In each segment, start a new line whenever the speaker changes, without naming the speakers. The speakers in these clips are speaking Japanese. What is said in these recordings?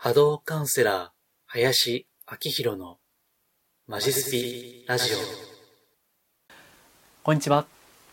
波動カウンセラー林明宏のマジスピラジオ。
こんにちは。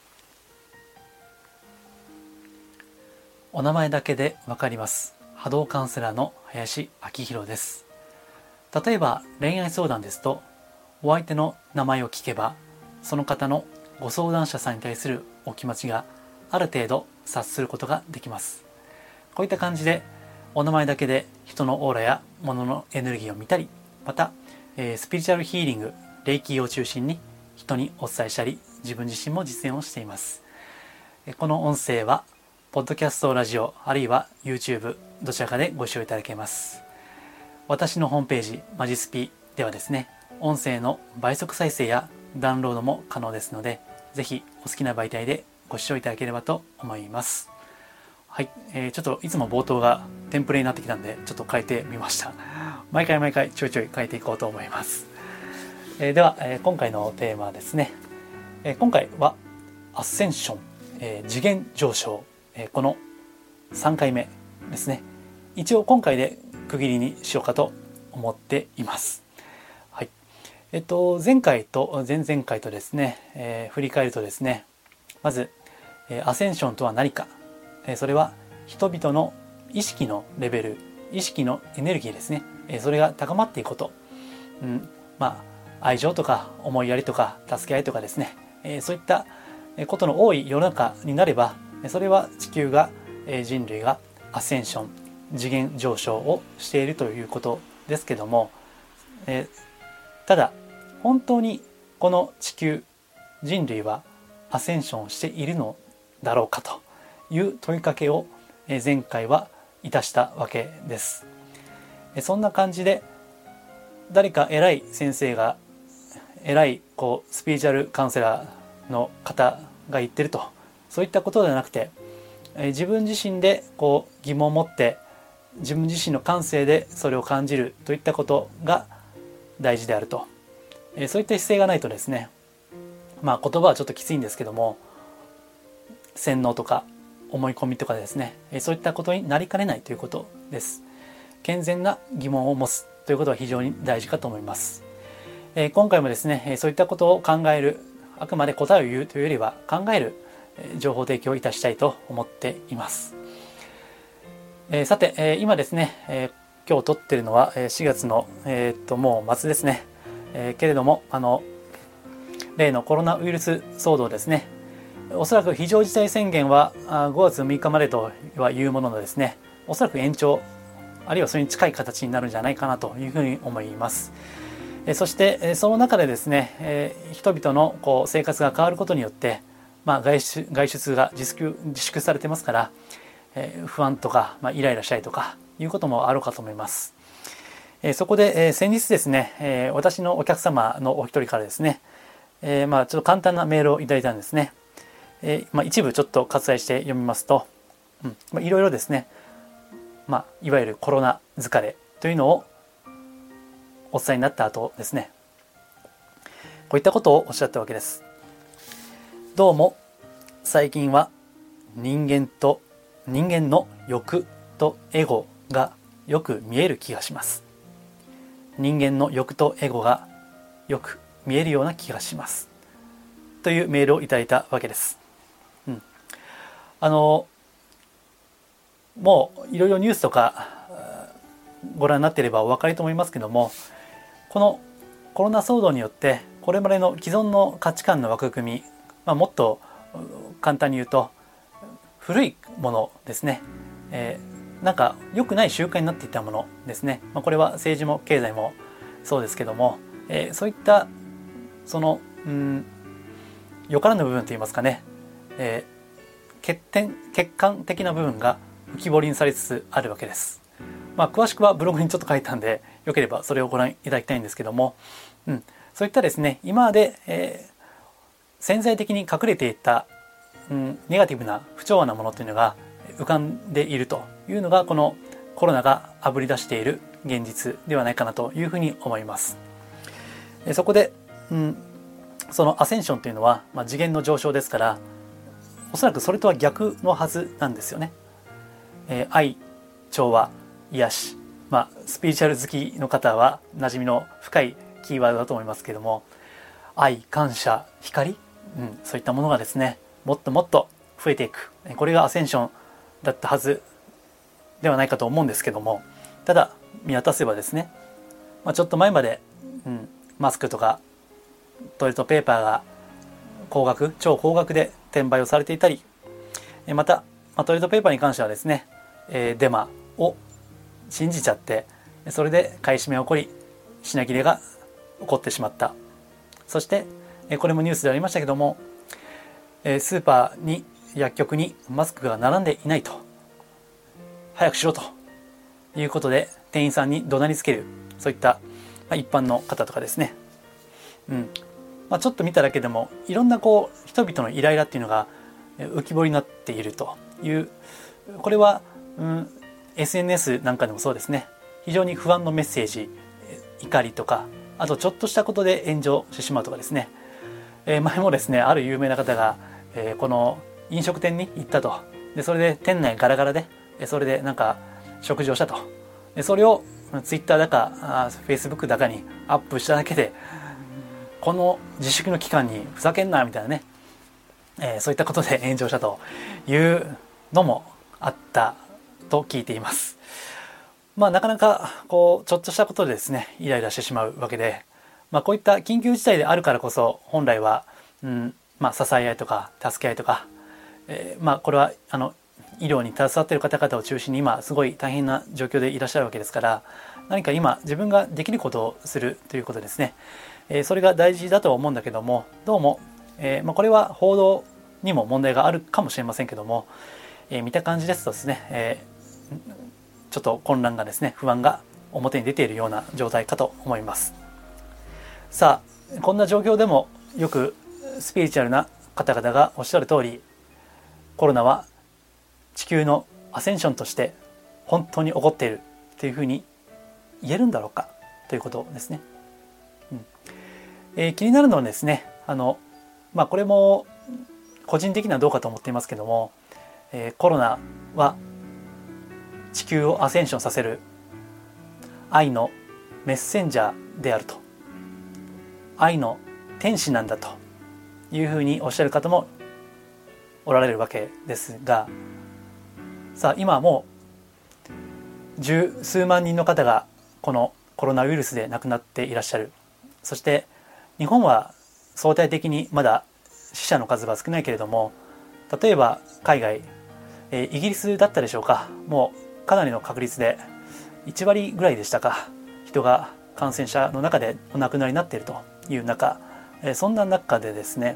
お名前だけでわかります波動カウンセラーの林明宏です。例えば恋愛相談ですと、お相手の名前を聞けばその方のご相談者さんに対するお気持ちがある程度察することができます。こういった感じでお名前だけで人のオーラや物のエネルギーを見たり、また、スピリチュアルヒーリング、霊気を中心に人にお伝えしたり、自分自身も実践をしています。この音声はポッドキャスト、ラジオ、あるいは YouTube どちらかでご視聴いただけます。私のホームページマジスピではですね、音声の倍速再生やダウンロードも可能ですので、ぜひお好きな媒体でご視聴いただければと思います。はい、ちょっといつも冒頭がテンプレになってきたんで、ちょっと変えてみました。毎回ちょいちょい変えていこうと思います。では、今回のテーマはですね、今回はアッセンション、次元上昇、この3回目ですね。一応今回で区切りにしようかと思っています。はい、前回と前々回とですね、振り返るとですね、まず、アセンションとは何か、それは人々の意識のレベル、意識のエネルギーですね、それが高まっていくこと、愛情とか思いやりとか助け合いとかですね、そういったことの多い世の中になれば、それは地球が、人類がアセンション、次元上昇をしているということですけども、ただ本当にこの地球、人類はアセンションしているのだろうかという問いかけを前回はいたしたわけです。そんな感じで誰か偉い先生が、偉いスピリチュアルカウンセラーの方が言ってると、そういったことではなくて、自分自身で疑問を持って自分自身の感性でそれを感じるといったことが大事であると、そういった姿勢がないとですね、言葉はちょっときついんですけども、洗脳とか思い込みとかですね、そういったことになりかねないということです。健全な疑問を持つということは非常に大事かと思います。今回もですね、そういったことを考える、あくまで答えを言うというよりは考える情報提供をいたしたいと思っています。さて、今ですね、今日撮っているのは4月の、もう末ですね。けれども例のコロナウイルス騒動ですね、おそらく非常事態宣言は5月6日までとはいうもののですね、おそらく延長、あるいはそれに近い形になるんじゃないかなというふうに思います。そしてその中でですね、人々の生活が変わることによって、外出が自粛されてますから、不安とか、イライラしたりとかいうこともあろうかと思います。そこで先日ですね、私のお客様のお一人からですね、ちょっと簡単なメールをいただいたんですね。一部ちょっと割愛して読みますと、いろいろですね、いわゆるコロナ疲れというのをお伝えになった後ですね、こういったことをおっしゃったわけです。どうも最近は人間の欲とエゴがよく見える気がします。人間の欲とエゴがよく見えるような気がしますというメールをいただいたわけです。もういろいろニュースとかご覧になっていればお分かりと思いますけども、このコロナ騒動によってこれまでの既存の価値観の枠組み、もっと簡単に言うと古いものですね、なんか良くない習慣になっていたものですね、これは政治も経済もそうですけども、そういったそのよからぬ部分といいますかね、欠陥的な部分が浮き彫りにされつつあるわけです。詳しくはブログにちょっと書いたんで、よければそれをご覧いただきたいんですけども、そういったですね、今まで、潜在的に隠れていた、ネガティブな不調和なものというのが浮かんでいるというのが、このコロナがあぶり出している現実ではないかなというふうに思います。そこで、そのアセンションというのは、次元の上昇ですから、おそらくそれとは逆のはずなんですよね。愛、調和、癒し、 スピリチュアル好きの方は馴染みの深いキーワードだと思いますけども、愛、感謝、光、そういったものがですね、もっともっと増えていく、これがアセンションだったはずではないかと思うんですけども、ただ見渡せばですね、ちょっと前まで、マスクとかトイレットペーパーが超高額で転売をされていたり、また、トイレットペーパーに関してはですね、デマを信じちゃって、それで買い占めが起こり、品切れが起こってしまった。そしてこれもニュースでありましたけども、スーパーに薬局にマスクが並んでいないと、早くしろということで店員さんに怒鳴りつける、そういった一般の方とかですね、ちょっと見ただけでもいろんな人々のイライラっていうのが浮き彫りになっているという、これは、SNS なんかでもそうですね、非常に不安のメッセージ、怒りとか、あとちょっとしたことで炎上してしまうとかですね、前もですね、ある有名な方が、この飲食店に行ったと。でそれで店内ガラガラで、それでなんか食事をしたと。でそれをツイッターだかフェイスブックだかにアップしただけで、この自粛の期間にふざけんなみたいなね、そういったことで炎上したというのもあったと聞いています。なかなかちょっとしたことでですね、イライラしてしまうわけで、こういった緊急事態であるからこそ本来は、支え合いとか助け合いとか、これは医療に携わっている方々を中心に今すごい大変な状況でいらっしゃるわけですから、何か今自分ができることをするということですね、それが大事だとは思うんだけども、どうも、これは報道にも問題があるかもしれませんけども、見た感じですとですね、ちょっと混乱がですね、不安が表に出ているような状態かと思います。さあ、こんな状況でもよくスピリチュアルな方々がおっしゃる通り、コロナは地球のアセンションとして本当に起こっているというふうに言えるんだろうかということですね。気になるのはですね、これも個人的にはどうかと思っていますけども、コロナは地球をアセンションさせる愛のメッセンジャーであると、愛の天使なんだというふうにおっしゃる方もおられるわけですが、さあ今はもう十数万人の方がこのコロナウイルスで亡くなっていらっしゃる。そして日本は相対的にまだ死者の数は少ないけれども、例えば海外、イギリスだったでしょうか、もうかなりの確率で1割ぐらいでしたか、人が感染者の中でお亡くなりになっているという中、そんな中でですね、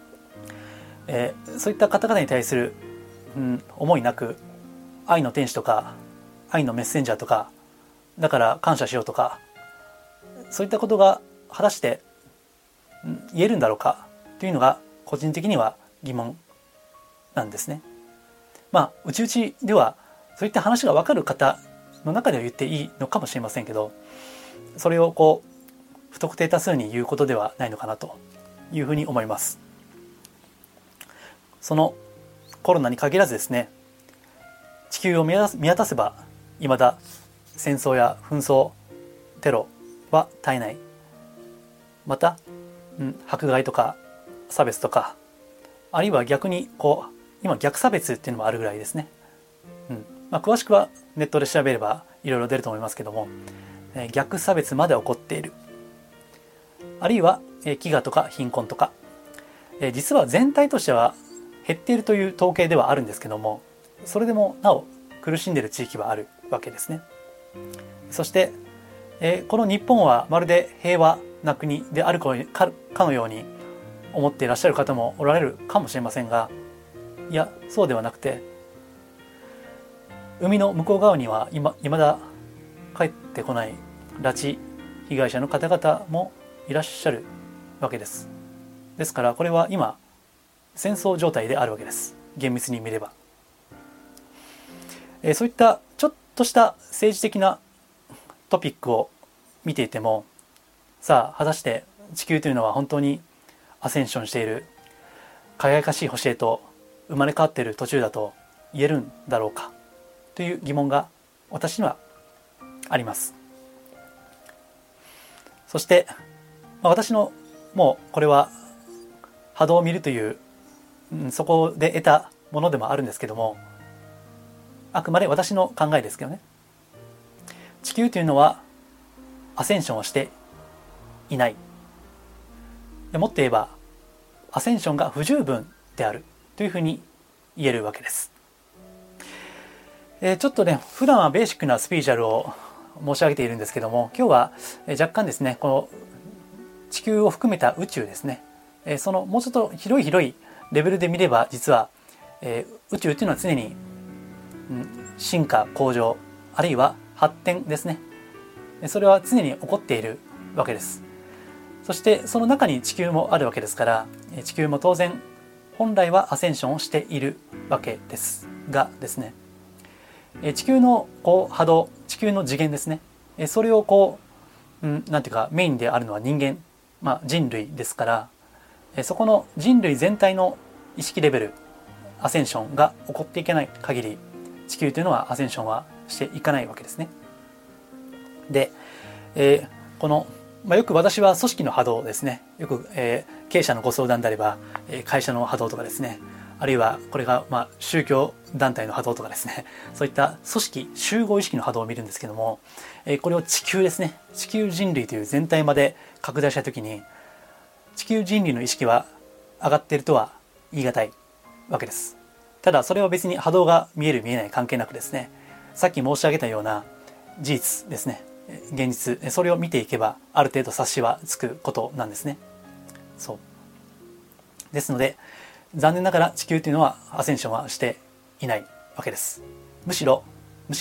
そういった方々に対する、思いなく愛の天使とか愛のメッセンジャーとかだから感謝しようとか、そういったことが果たして言えるんだろうかというのが個人的には疑問なんですね。うちうちではそういった話が分かる方の中では言っていいのかもしれませんけど、それを不特定多数に言うことではないのかなというふうに思います。そのコロナに限らずですね、地球を見渡せば未だ戦争や紛争、テロは絶えない。また、迫害とか差別とか、あるいは逆に今逆差別っていうのもあるぐらいですね。詳しくはネットで調べればいろいろ出ると思いますけども、逆差別まで起こっている。あるいは飢餓とか貧困とか、実は全体としては減っているという統計ではあるんですけども、それでもなお苦しんでいる地域はあるわけですね。そして、この日本はまるで平和な国であるかのように思っていらっしゃる方もおられるかもしれませんが、いやそうではなくて、海の向こう側には未だ帰ってこない拉致被害者の方々もいらっしゃるわけです。ですからこれは今戦争状態であるわけです、厳密に見れば。そういったちょっとした政治的なトピックを見ていても、さあ果たして地球というのは本当にアセンションしている輝かしい星へと生まれ変わっている途中だと言えるんだろうかという疑問が私にはあります。そして、私のもうこれは波動を見るという、そこで得たものでもあるんですけども、あくまで私の考えですけどね、地球というのはアセンションをしていない。もっと言えばアセンションが不十分であるというふうに言えるわけです。ちょっとね、普段はベーシックなスピリチュアルを申し上げているんですけども、今日は若干ですね、この地球を含めた宇宙ですね、そのもうちょっと広いレベルで見れば、実は宇宙というのは常に進化向上、あるいは発展ですね、それは常に起こっているわけです。そしてその中に地球もあるわけですから、地球も当然本来はアセンションをしているわけですがですね、地球の波動、地球の次元ですね、それをなんていうかメインであるのは人間、人類ですから、そこの人類全体の意識レベル、アセンションが起こっていけない限り、地球というのはアセンションはしていかないわけですね。で、この、よく私は組織の波動ですね、よく、経営者のご相談であれば、会社の波動とかですね、あるいはこれが宗教団体の波動とかですね、そういった組織集合意識の波動を見るんですけども、これを地球ですね、地球人類という全体まで拡大したときに、地球人類の意識は上がっているとは言い難いわけです。ただそれは別に波動が見える見えない関係なくですね、さっき申し上げたような事実ですね、現実、それを見ていけばある程度察しはつくことなんですね。そうですので、残念ながら地球というのはアセンションはしていないわけです。むしろ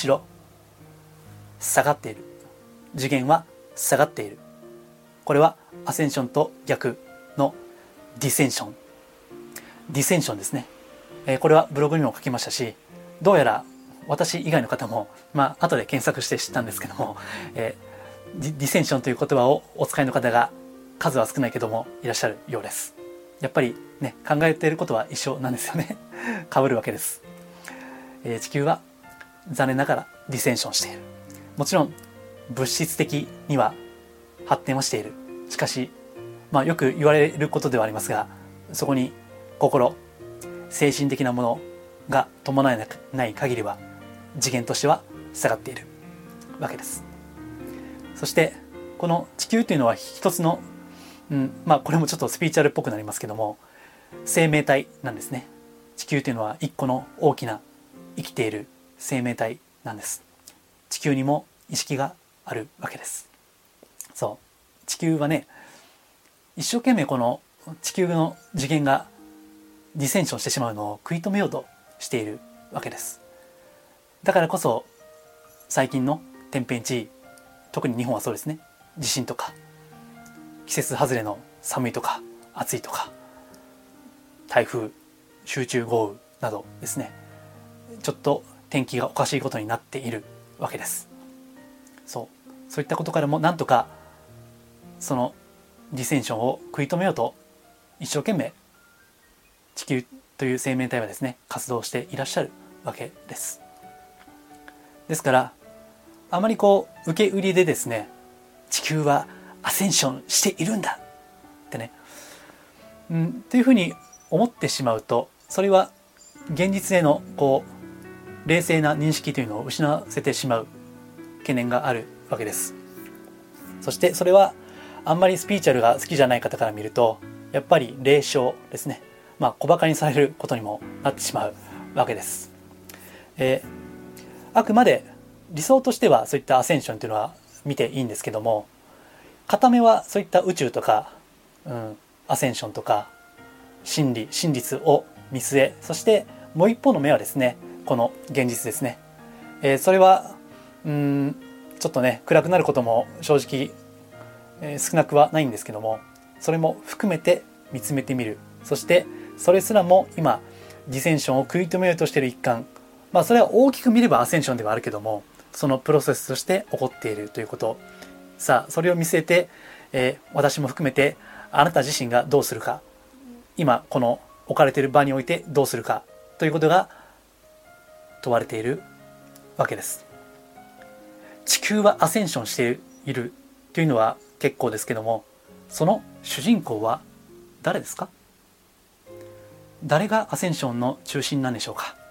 下がっている、次元は下がっている。これはアセンションと逆のディセンションですね。これはブログにも書きましたし、どうやら私以外の方も後で検索して知ったんですけども、ディセンションという言葉をお使いの方が数は少ないけどもいらっしゃるようです。やっぱりね、考えていることは一緒なんですよね。被るわけです。地球は残念ながらディセンションしている。もちろん物質的には発展はしている。しかし、よく言われることではありますが、そこに心、精神的なものが伴えない限りは次元としては下がっているわけです。そしてこの地球というのは一つの、これもちょっとスピリチュアルっぽくなりますけども、生命体なんですね。地球というのは一個の大きな生きている生命体なんです。地球にも意識があるわけです。そう、地球はね、一生懸命この地球の次元がディセンションしてしまうのを食い止めようとしているわけです。だからこそ最近の天変地異、特に日本はそうですね、地震とか季節外れの寒いとか暑いとか台風、集中豪雨などですね、ちょっと天気がおかしいことになっているわけです。そういったことからもなんとかそのディセンションを食い止めようと一生懸命地球という生命体はですね、活動していらっしゃるわけです。ですからあまり受け売りでですね、地球はアセンションしているんだってね、というふうに思ってしまうと、それは現実への冷静な認識というのを失わせてしまう懸念があるわけです。そしてそれはあんまりスピリチュアルが好きじゃない方から見ると、やっぱり霊障ですね、小馬鹿にされることにもなってしまうわけです。あくまで理想としてはそういったアセンションというのは見ていいんですけども、片目はそういった宇宙とか、アセンションとか真実を見据え、そしてもう一方の目はですね、この現実ですね。それはちょっとね、暗くなることも正直、少なくはないんですけども、それも含めて見つめてみる。そしてそれすらも今ディセンションを食い止めようとしている一環、それは大きく見ればアセンションではあるけども、そのプロセスとして起こっているということ。さあそれを見据えて、私も含めてあなた自身がどうするか、今この置かれている場においてどうするかということが問われているわけです。 地球はアセンションしているというのは結構ですけども、その主人公は誰ですか？誰がアセンションの中心なんでしょうか？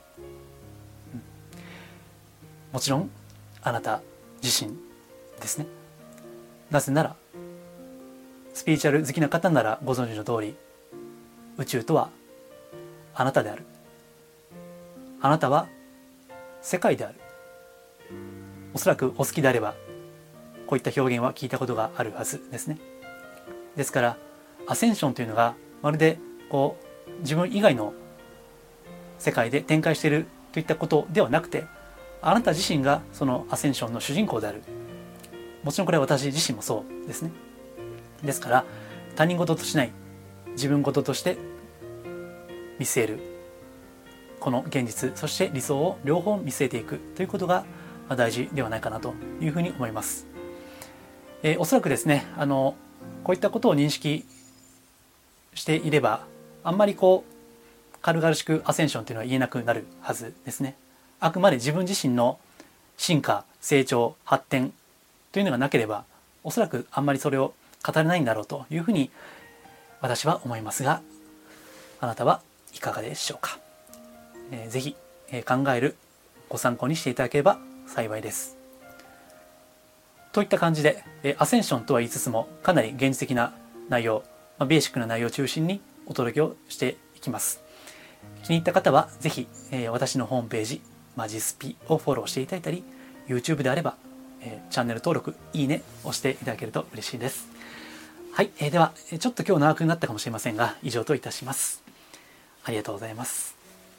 もちろんあなた自身ですね。なぜならスピリチュアル好きな方ならご存知の通り、宇宙とはあなたである。あなたは世界である。おそらくお好きであればこういった表現は聞いたことがあるはずですね。ですからアセンションというのがまるでこう自分以外の世界で展開しているといったことではなくて、あなた自身がそのアセンションの主人公である。もちろんこれは私自身もそうですね。ですから他人事としない、自分事として見据えるこの現実、そして理想を両方見据えていくということが大事ではないかなというふうに思います。おそらくですね、こういったことを認識していればあんまり軽々しくアセンションというのは言えなくなるはずですね。あくまで自分自身の進化、成長、発展というのがなければおそらくあんまりそれを語れないんだろうというふうに私は思いますが、あなたはいかがでしょうか？ぜひ考えるご参考にしていただければ幸いです。といった感じでアセンションとは言いつつもかなり現実的な内容、ベーシックな内容を中心にお届けをしていきます。気に入った方はぜひ私のホームページマジスピをフォローしていただいたり、 YouTube であればチャンネル登録、いいね押していただけると嬉しいです。はい、ではちょっと今日長くなったかもしれませんが以上といたします。ありがとうございます。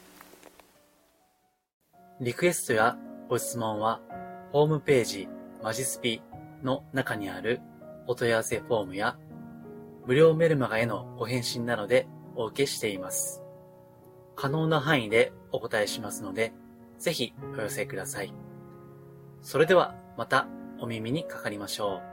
リクエストやご質問はホームページマジスピの中にあるお問い合わせフォームや無料メルマガへのご返信などでお受けしています。可能な範囲でお答えしますので、ぜひお寄せください。それではまたお耳にかかりましょう。